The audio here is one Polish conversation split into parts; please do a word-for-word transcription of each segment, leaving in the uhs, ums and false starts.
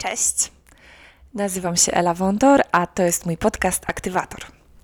Cześć, nazywam się Ela Wątor, a to jest mój podcast Aktywator.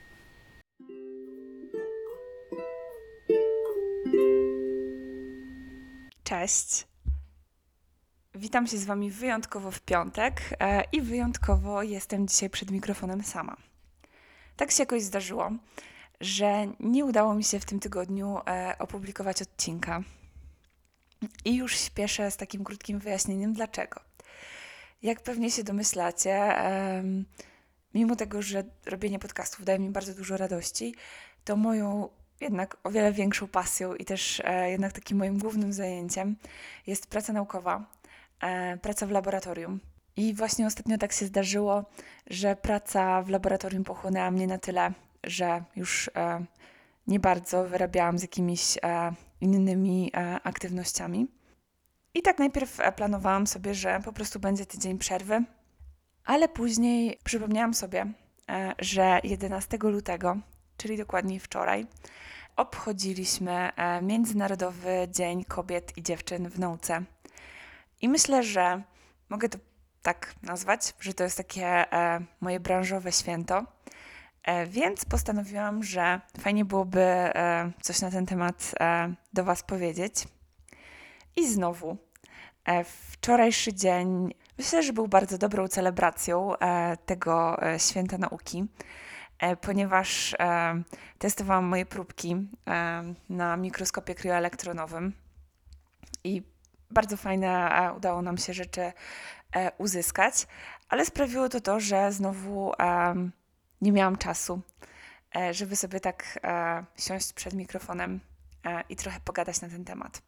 Cześć, witam się z Wami wyjątkowo w piątek e, i wyjątkowo jestem dzisiaj przed mikrofonem sama. Tak się jakoś zdarzyło, że nie udało mi się w tym tygodniu e, opublikować odcinka i już śpieszę z takim krótkim wyjaśnieniem dlaczego. Jak pewnie się domyślacie, em, mimo tego, że robienie podcastów daje mi bardzo dużo radości, to moją jednak o wiele większą pasją i też e, jednak takim moim głównym zajęciem jest praca naukowa, e, praca w laboratorium. I właśnie ostatnio tak się zdarzyło, że praca w laboratorium pochłonęła mnie na tyle, że już e, nie bardzo wyrabiałam z jakimiś e, innymi e, aktywnościami. I tak najpierw planowałam sobie, że po prostu będzie tydzień przerwy, ale później przypomniałam sobie, że jedenastego lutego, czyli dokładnie wczoraj, obchodziliśmy Międzynarodowy Dzień Kobiet i Dziewczyn w Nauce. I myślę, że mogę to tak nazwać, że to jest takie moje branżowe święto, więc postanowiłam, że fajnie byłoby coś na ten temat do Was powiedzieć. I znowu, wczorajszy dzień myślę, że był bardzo dobrą celebracją tego święta nauki, ponieważ testowałam moje próbki na mikroskopie krioelektronowym i bardzo fajne udało nam się rzeczy uzyskać, ale sprawiło to to, że znowu nie miałam czasu, żeby sobie tak siąść przed mikrofonem i trochę pogadać na ten temat.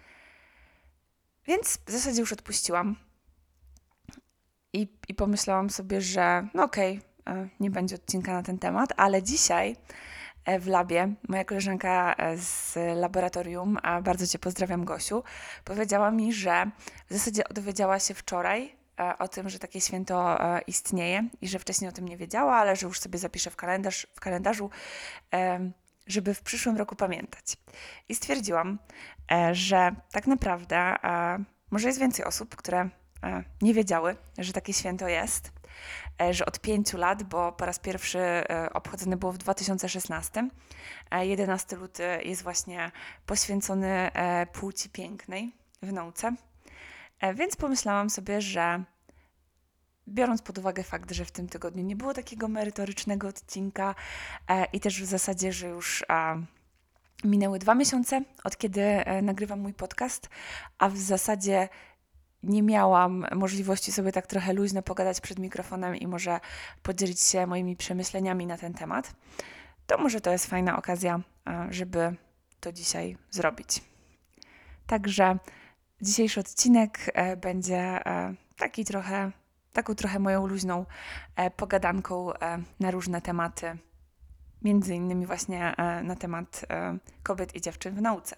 Więc w zasadzie już odpuściłam i, i pomyślałam sobie, że no okej, okay, nie będzie odcinka na ten temat, ale dzisiaj w labie moja koleżanka z laboratorium, a bardzo Cię pozdrawiam, Gosiu, powiedziała mi, że w zasadzie dowiedziała się wczoraj o tym, że takie święto istnieje i że wcześniej o tym nie wiedziała, ale że już sobie zapiszę w, kalendarz, w kalendarzu, żeby w przyszłym roku pamiętać. I stwierdziłam, że tak naprawdę może jest więcej osób, które nie wiedziały, że takie święto jest, że od pięciu lat, bo po raz pierwszy obchodzone było w dwa tysiące szesnastym, jedenastego lutego jest właśnie poświęcony płci pięknej w nauce. Więc pomyślałam sobie, że biorąc pod uwagę fakt, że w tym tygodniu nie było takiego merytorycznego odcinka i też w zasadzie, że już minęły dwa miesiące, od kiedy nagrywam mój podcast, a w zasadzie nie miałam możliwości sobie tak trochę luźno pogadać przed mikrofonem i może podzielić się moimi przemyśleniami na ten temat, to może to jest fajna okazja, żeby to dzisiaj zrobić. Także dzisiejszy odcinek będzie taki trochę, taką trochę moją luźną pogadanką na różne tematy, między innymi właśnie na temat kobiet i dziewczyn w nauce.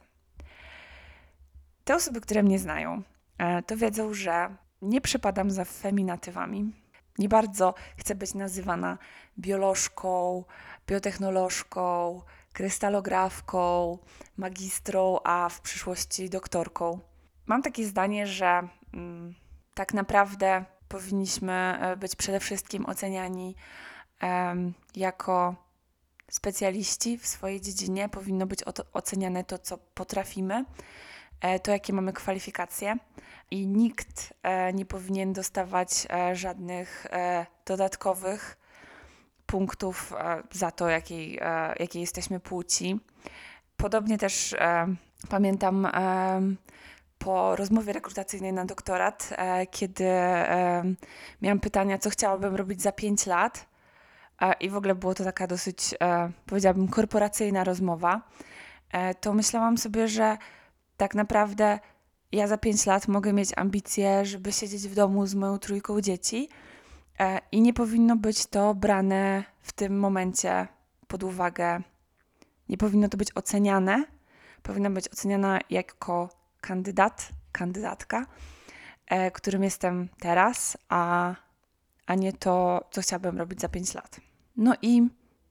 Te osoby, które mnie znają, to wiedzą, że nie przypadam za feminatywami. Nie bardzo chcę być nazywana biolożką, biotechnolożką, krystalografką, magistrą, a w przyszłości doktorką. Mam takie zdanie, że mm, tak naprawdę powinniśmy być przede wszystkim oceniani um, jako specjaliści w swojej dziedzinie. Powinno być oceniane to, co potrafimy, to jakie mamy kwalifikacje i nikt nie powinien dostawać żadnych dodatkowych punktów za to, jakiej, jakiej jesteśmy płci. Podobnie też pamiętam po rozmowie rekrutacyjnej na doktorat, kiedy miałam pytania, co chciałabym robić za pięć lat i w ogóle było to taka dosyć, powiedziałabym, korporacyjna rozmowa, to myślałam sobie, że tak naprawdę ja za pięć lat mogę mieć ambicje, żeby siedzieć w domu z moją trójką dzieci i nie powinno być to brane w tym momencie pod uwagę, nie powinno to być oceniane, powinna być oceniana jako kandydat, kandydatka, którym jestem teraz, a, a nie to, co chciałabym robić za pięć lat. No i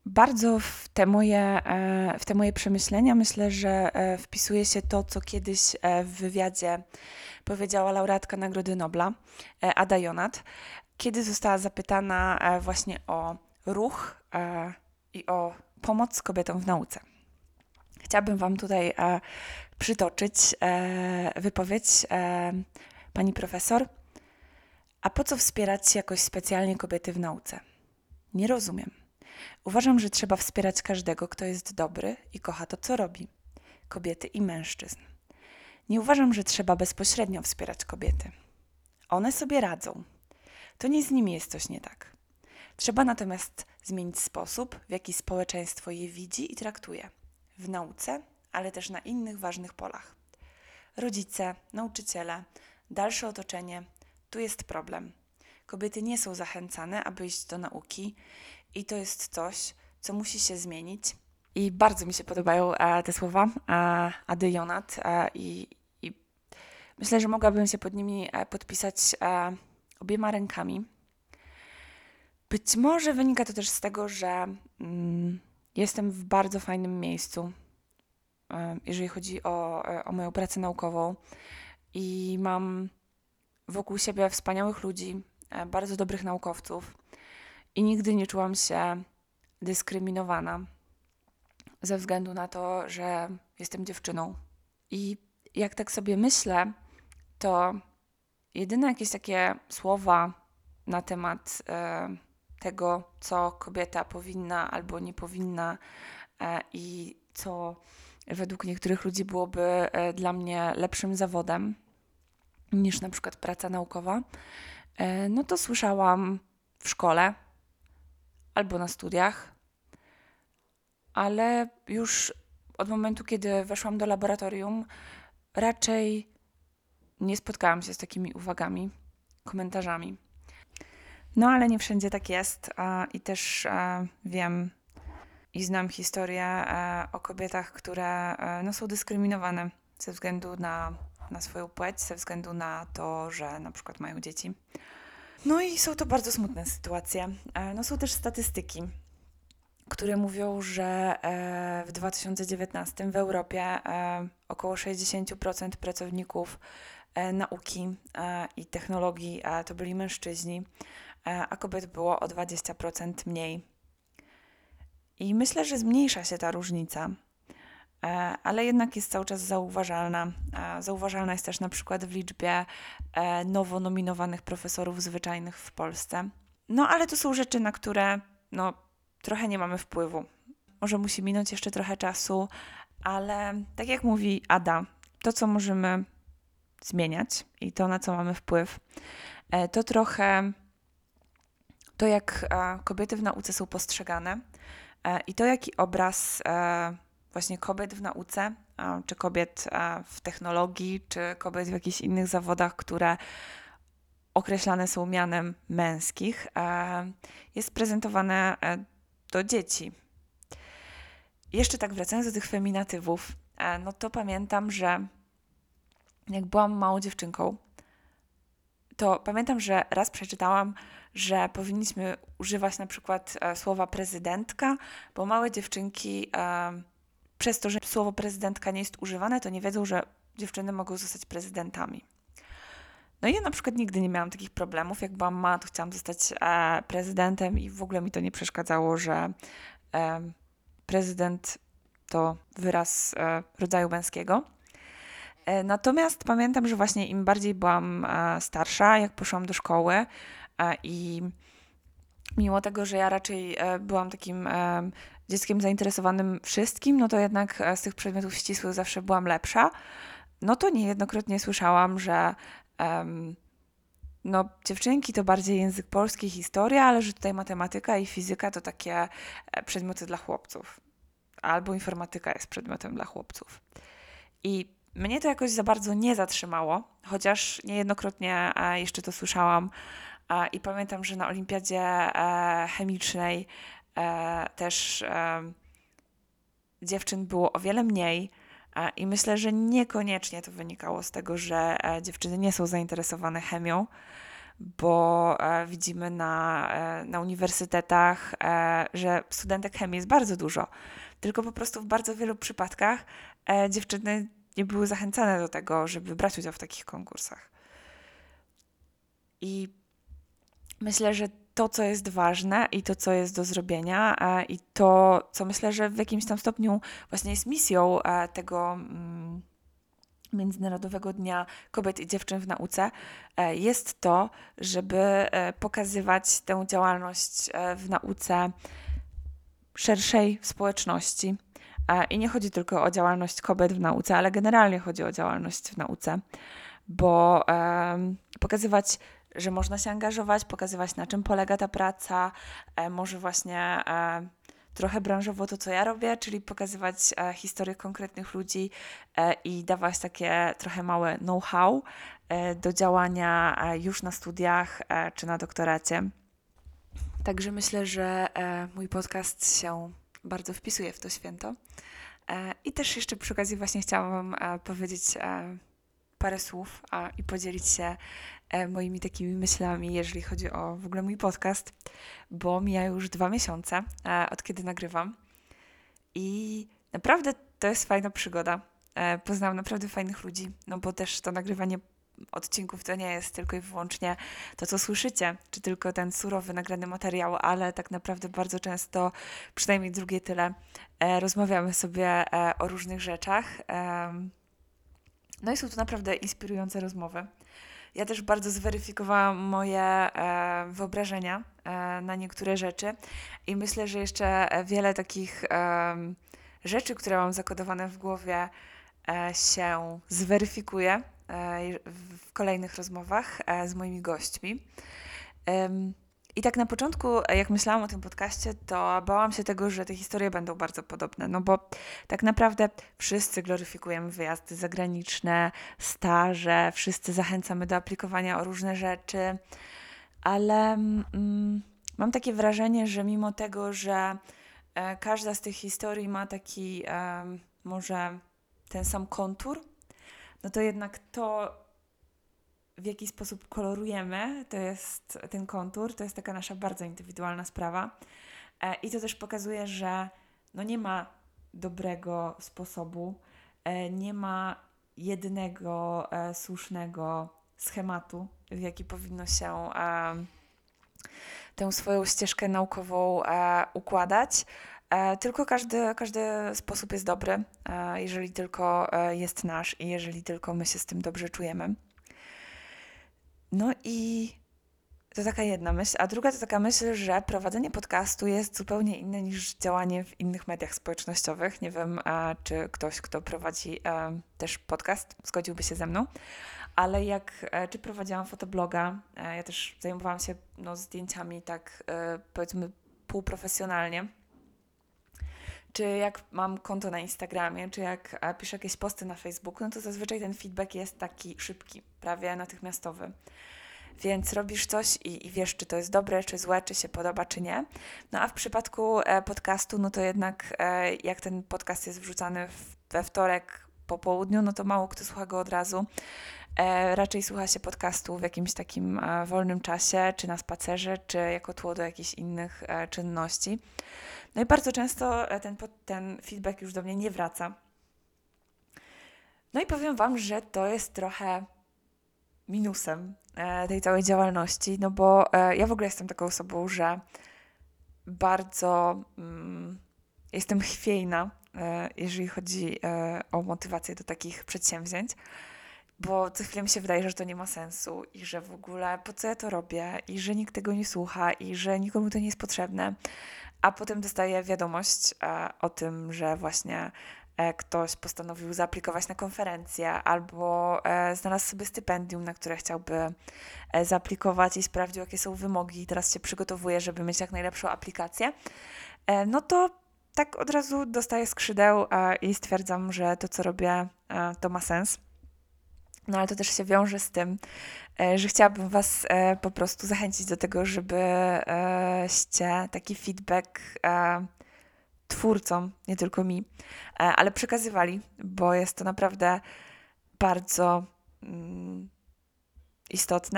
bardzo w te moje, w te moje przemyślenia myślę, że wpisuje się to, co kiedyś w wywiadzie powiedziała laureatka Nagrody Nobla, Ada Jonat, kiedy została zapytana właśnie o ruch i o pomoc kobietom w nauce. Chciałabym Wam tutaj przytoczyć wypowiedź pani profesor. A po co wspierać jakoś specjalnie kobiety w nauce? Nie rozumiem. Uważam, że trzeba wspierać każdego, kto jest dobry i kocha to, co robi. Kobiety i mężczyzn. Nie uważam, że trzeba bezpośrednio wspierać kobiety. One sobie radzą. To nie z nimi jest coś nie tak. Trzeba natomiast zmienić sposób, w jaki społeczeństwo je widzi i traktuje. W nauce, ale też na innych ważnych polach. Rodzice, nauczyciele, dalsze otoczenie. Tu jest problem. Kobiety nie są zachęcane, aby iść do nauki i to jest coś, co musi się zmienić. I bardzo mi się podobają e, te słowa e, Ady Jonat e, i, i myślę, że mogłabym się pod nimi e, podpisać e, obiema rękami. Być może wynika to też z tego, że mm, jestem w bardzo fajnym miejscu, e, jeżeli chodzi o, e, o moją pracę naukową i mam wokół siebie wspaniałych ludzi, e, bardzo dobrych naukowców i nigdy nie czułam się dyskryminowana ze względu na to, że jestem dziewczyną. I jak tak sobie myślę, to jedyne jakieś takie słowa na temat e, tego, co kobieta powinna albo nie powinna e, i co według niektórych ludzi byłoby e, dla mnie lepszym zawodem niż na przykład praca naukowa, e, no to słyszałam w szkole albo na studiach, ale już od momentu, kiedy weszłam do laboratorium, raczej nie spotkałam się z takimi uwagami, komentarzami. No ale nie wszędzie tak jest a, i też a, wiem i znam historię a, o kobietach, które a, no, są dyskryminowane ze względu na, na swoją płeć, ze względu na to, że na przykład mają dzieci. No i są to bardzo smutne sytuacje. A, no są też statystyki, które mówią, że w dwa tysiące dziewiętnastym w Europie około sześćdziesiąt procent pracowników nauki i technologii to byli mężczyźni, a kobiet było o dwadzieścia procent mniej. I myślę, że zmniejsza się ta różnica, ale jednak jest cały czas zauważalna. Zauważalna jest też na przykład w liczbie nowo nominowanych profesorów zwyczajnych w Polsce. No ale to są rzeczy, na które no, trochę nie mamy wpływu. Może musi minąć jeszcze trochę czasu, ale tak jak mówi Ada, to co możemy zmieniać i to na co mamy wpływ, to trochę to jak kobiety w nauce są postrzegane i to jaki obraz właśnie kobiet w nauce, czy kobiet w technologii, czy kobiet w jakichś innych zawodach, które określane są mianem męskich, jest prezentowane do dzieci. Jeszcze tak wracając do tych feminatywów, no to pamiętam, że jak byłam małą dziewczynką, to pamiętam, że raz przeczytałam, że powinniśmy używać na przykład słowa prezydentka, bo małe dziewczynki przez to, że słowo prezydentka nie jest używane, to nie wiedzą, że dziewczyny mogą zostać prezydentami. No i ja na przykład nigdy nie miałam takich problemów. Jak byłam mała, to chciałam zostać e, prezydentem i w ogóle mi to nie przeszkadzało, że e, prezydent to wyraz e, rodzaju męskiego. E, natomiast pamiętam, że właśnie im bardziej byłam e, starsza, jak poszłam do szkoły e, i mimo tego, że ja raczej e, byłam takim e, dzieckiem zainteresowanym wszystkim, no to jednak e, z tych przedmiotów ścisłych zawsze byłam lepsza. No to niejednokrotnie słyszałam, że Um, no, dziewczynki to bardziej język polski, historia, ale że tutaj matematyka i fizyka to takie przedmioty dla chłopców. Albo informatyka jest przedmiotem dla chłopców. I mnie to jakoś za bardzo nie zatrzymało, chociaż niejednokrotnie jeszcze to słyszałam i pamiętam, że na olimpiadzie chemicznej też dziewczyn było o wiele mniej. I myślę, że niekoniecznie to wynikało z tego, że dziewczyny nie są zainteresowane chemią, bo e, widzimy na, e, na uniwersytetach, e, że studentek chemii jest bardzo dużo, tylko po prostu w bardzo wielu przypadkach e, dziewczyny nie były zachęcane do tego, żeby brać udział w takich konkursach. I myślę, że to, co jest ważne i to, co jest do zrobienia e, i to, co myślę, że w jakimś tam stopniu właśnie jest misją e, tego mm, Międzynarodowego Dnia Kobiet i Dziewczyn w Nauce, e, jest to, żeby e, pokazywać tę działalność e, w nauce szerszej społeczności. E, I nie chodzi tylko o działalność kobiet w nauce, ale generalnie chodzi o działalność w nauce, bo e, pokazywać, że można się angażować, pokazywać, na czym polega ta praca, e, może właśnie e, trochę branżowo to, co ja robię, czyli pokazywać e, historię konkretnych ludzi e, i dawać takie trochę małe know-how e, do działania e, już na studiach e, czy na doktoracie. Także myślę, że e, mój podcast się bardzo wpisuje w to święto. E, I też jeszcze przy okazji właśnie chciałam e, powiedzieć e, parę słów a, i podzielić się e, moimi takimi myślami, jeżeli chodzi o w ogóle mój podcast, bo mija już dwa miesiące e, od kiedy nagrywam i naprawdę to jest fajna przygoda. E, poznałam naprawdę fajnych ludzi, no bo też to nagrywanie odcinków to nie jest tylko i wyłącznie to, co słyszycie, czy tylko ten surowy, nagrany materiał, ale tak naprawdę bardzo często, przynajmniej drugie tyle, e, rozmawiamy sobie e, o różnych rzeczach. E, no i są to naprawdę inspirujące rozmowy. Ja też bardzo zweryfikowałam moje e, wyobrażenia e, na niektóre rzeczy i myślę, że jeszcze wiele takich e, rzeczy, które mam zakodowane w głowie, e, się zweryfikuje e, w kolejnych rozmowach e, z moimi gośćmi. Ym, I tak na początku, jak myślałam o tym podcaście, to bałam się tego, że te historie będą bardzo podobne, no bo tak naprawdę wszyscy gloryfikujemy wyjazdy zagraniczne, staże, wszyscy zachęcamy do aplikowania o różne rzeczy, ale mm, mam takie wrażenie, że mimo tego, że e, każda z tych historii ma taki e, może ten sam kontur, no to jednak to, w jaki sposób kolorujemy, to jest ten kontur, to jest taka nasza bardzo indywidualna sprawa. E, I to też pokazuje, że no nie ma dobrego sposobu, e, nie ma jednego e, słusznego schematu, w jaki powinno się e, tę swoją ścieżkę naukową e, układać. E, tylko każdy, każdy sposób jest dobry, e, jeżeli tylko e, jest nasz i jeżeli tylko my się z tym dobrze czujemy. No i to taka jedna myśl, a druga to taka myśl, że prowadzenie podcastu jest zupełnie inne niż działanie w innych mediach społecznościowych. Nie wiem, a, czy ktoś, kto prowadzi a, też podcast, zgodziłby się ze mną, ale jak a, czy prowadziłam fotobloga, a, ja też zajmowałam się no, zdjęciami tak a, powiedzmy półprofesjonalnie, czy jak mam konto na Instagramie, czy jak a, piszę jakieś posty na Facebooku, no to zazwyczaj ten feedback jest taki szybki, prawie natychmiastowy. Więc robisz coś i, i wiesz, czy to jest dobre, czy złe, czy się podoba, czy nie. No a w przypadku e, podcastu, no to jednak e, jak ten podcast jest wrzucany w, we wtorek po południu, no to mało kto słucha go od razu. E, raczej słucha się podcastu w jakimś takim e, wolnym czasie, czy na spacerze, czy jako tło do jakichś innych e, czynności. No i bardzo często e, ten, ten feedback już do mnie nie wraca. No i powiem Wam, że to jest trochę minusem e, tej całej działalności, no bo e, ja w ogóle jestem taką osobą, że bardzo mm, jestem chwiejna, e, jeżeli chodzi e, o motywację do takich przedsięwzięć, bo co chwilę mi się wydaje, że to nie ma sensu i że w ogóle po co ja to robię i że nikt tego nie słucha i że nikomu to nie jest potrzebne, a potem dostaję wiadomość e, o tym, że właśnie ktoś postanowił zaaplikować na konferencję albo e, znalazł sobie stypendium, na które chciałby e, zaaplikować i sprawdził, jakie są wymogi i teraz się przygotowuje, żeby mieć jak najlepszą aplikację, e, no to tak od razu dostaję skrzydeł e, i stwierdzam, że to, co robię, e, to ma sens. No ale to też się wiąże z tym, e, że chciałabym Was e, po prostu zachęcić do tego, żebyście taki feedback e, twórcom, nie tylko mi, ale przekazywali, bo jest to naprawdę bardzo mm, istotne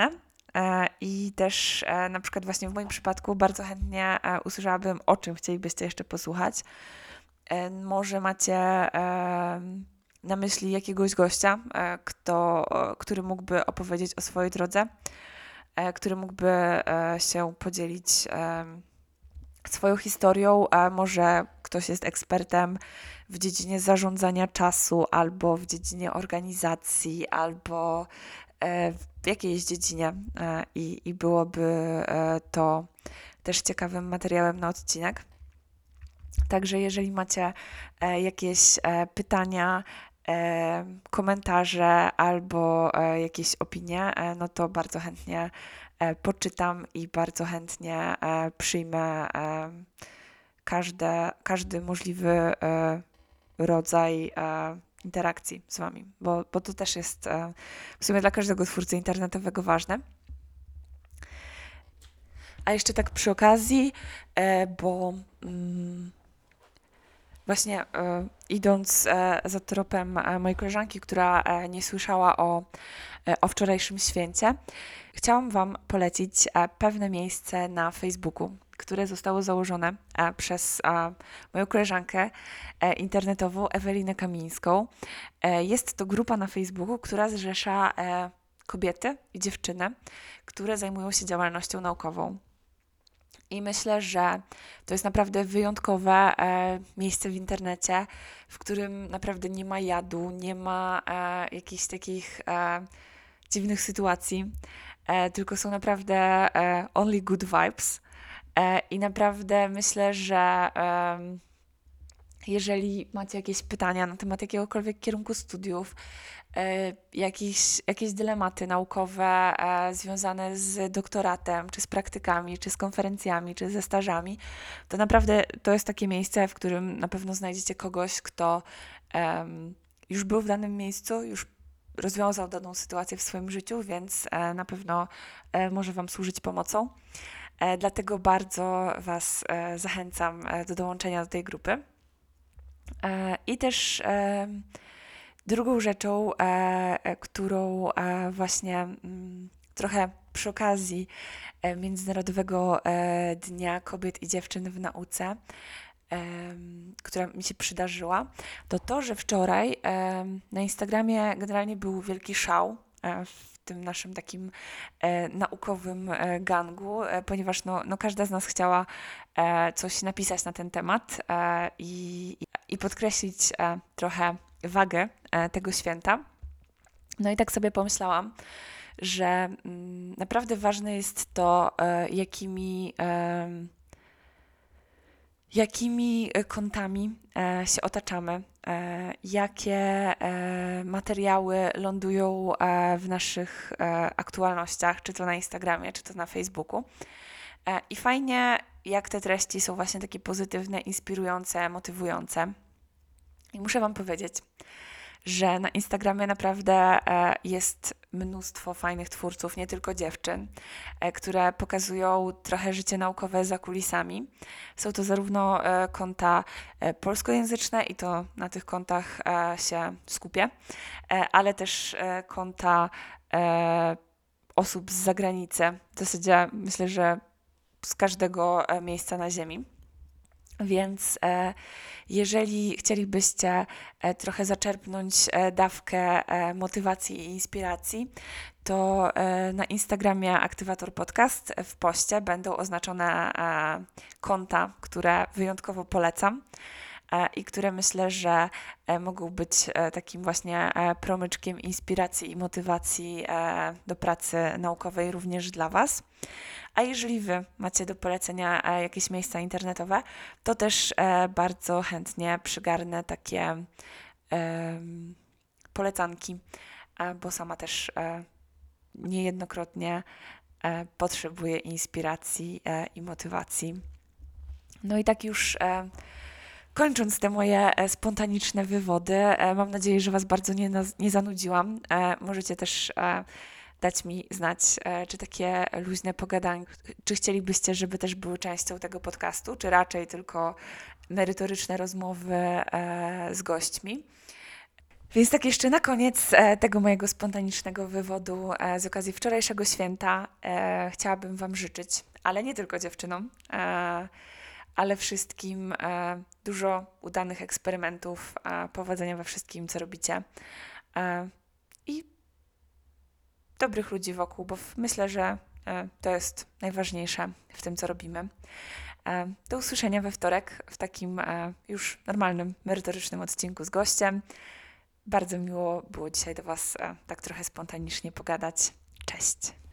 E, I też e, na przykład właśnie w moim przypadku bardzo chętnie e, usłyszałabym, o czym chcielibyście jeszcze posłuchać. E, może macie e, na myśli jakiegoś gościa, e, kto, który mógłby opowiedzieć o swojej drodze, e, który mógłby e, się podzielić e, swoją historią, a może ktoś jest ekspertem w dziedzinie zarządzania czasu, albo w dziedzinie organizacji, albo e, w jakiejś dziedzinie e, i, i byłoby e, to też ciekawym materiałem na odcinek. Także jeżeli macie e, jakieś e, pytania, e, komentarze albo e, jakieś opinie, e, no to bardzo chętnie e, poczytam i bardzo chętnie e, przyjmę e, każde, każdy możliwy e, rodzaj e, interakcji z Wami, bo, bo to też jest e, w sumie dla każdego twórcy internetowego ważne. A jeszcze tak przy okazji, e, bo mm, właśnie e, idąc e, za tropem e, mojej koleżanki, która e, nie słyszała o, e, o wczorajszym święcie, chciałam Wam polecić e, pewne miejsce na Facebooku, które zostało założone e, przez e, moją koleżankę e, internetową Ewelinę Kamińską. E, jest to grupa na Facebooku, która zrzesza e, kobiety i dziewczyny, które zajmują się działalnością naukową. I myślę, że to jest naprawdę wyjątkowe e, miejsce w internecie, w którym naprawdę nie ma jadu, nie ma e, jakichś takich e, dziwnych sytuacji, e, tylko są naprawdę e, only good vibes. E, I naprawdę myślę, że e, jeżeli macie jakieś pytania na temat jakiegokolwiek kierunku studiów, e, jakieś, jakieś dylematy naukowe e, związane z doktoratem, czy z praktykami, czy z konferencjami, czy ze stażami, to naprawdę to jest takie miejsce, w którym na pewno znajdziecie kogoś, kto em, już był w danym miejscu, już rozwiązał daną sytuację w swoim życiu, więc e, na pewno e, może Wam służyć pomocą. E, dlatego bardzo Was e, zachęcam e, do dołączenia do tej grupy. E, I też e, drugą rzeczą, e, e, którą e, właśnie mm, trochę przy okazji e, Międzynarodowego e, Dnia Kobiet i Dziewczyn w Nauce, e, która mi się przydarzyła, to to, że wczoraj e, na Instagramie generalnie był wielki szał e, w tym naszym takim e, naukowym e, gangu, e, ponieważ no, no każda z nas chciała e, coś napisać na ten temat e, i, i podkreślić e, trochę wagę e, tego święta. No i tak sobie pomyślałam, że mm, naprawdę ważne jest to, e, jakimi, e, jakimi kątami e, się otaczamy, e, jakie e, materiały lądują e, w naszych e, aktualnościach, czy to na Instagramie, czy to na Facebooku. E, I fajnie, jak te treści są właśnie takie pozytywne, inspirujące, motywujące. I muszę Wam powiedzieć, że na Instagramie naprawdę e, jest mnóstwo fajnych twórców, nie tylko dziewczyn, e, które pokazują trochę życie naukowe za kulisami. Są to zarówno e, konta e, polskojęzyczne i to na tych kontach e, się skupię, e, ale też e, konta e, osób z zagranicy. W zasadzie myślę, że z każdego e, miejsca na ziemi. Więc e, jeżeli chcielibyście e, trochę zaczerpnąć e, dawkę e, motywacji i inspiracji, to e, na Instagramie Aktywator Podcast w poście będą oznaczone e, konta, które wyjątkowo polecam e, i które myślę, że e, mogą być e, takim właśnie e, promyczkiem inspiracji i motywacji e, do pracy naukowej również dla Was. A jeżeli Wy macie do polecenia e, jakieś miejsca internetowe, to też e, bardzo chętnie przygarnę takie e, polecanki, e, bo sama też e, niejednokrotnie e, potrzebuję inspiracji e, i motywacji. No i tak już e, kończąc te moje e, spontaniczne wywody, e, mam nadzieję, że Was bardzo nie, nie zanudziłam. E, możecie też e, dać mi znać, e, czy takie luźne pogadanki, czy chcielibyście, żeby też były częścią tego podcastu, czy raczej tylko merytoryczne rozmowy e, z gośćmi. Więc tak jeszcze na koniec e, tego mojego spontanicznego wywodu e, z okazji wczorajszego święta e, chciałabym Wam życzyć, ale nie tylko dziewczynom, e, ale wszystkim e, dużo udanych eksperymentów, e, powodzenia we wszystkim, co robicie e, i dobrych ludzi wokół, bo w- myślę, że e, to jest najważniejsze w tym, co robimy. E, do usłyszenia we wtorek w takim e, już normalnym, merytorycznym odcinku z gościem. Bardzo miło było dzisiaj do Was e, tak trochę spontanicznie pogadać. Cześć!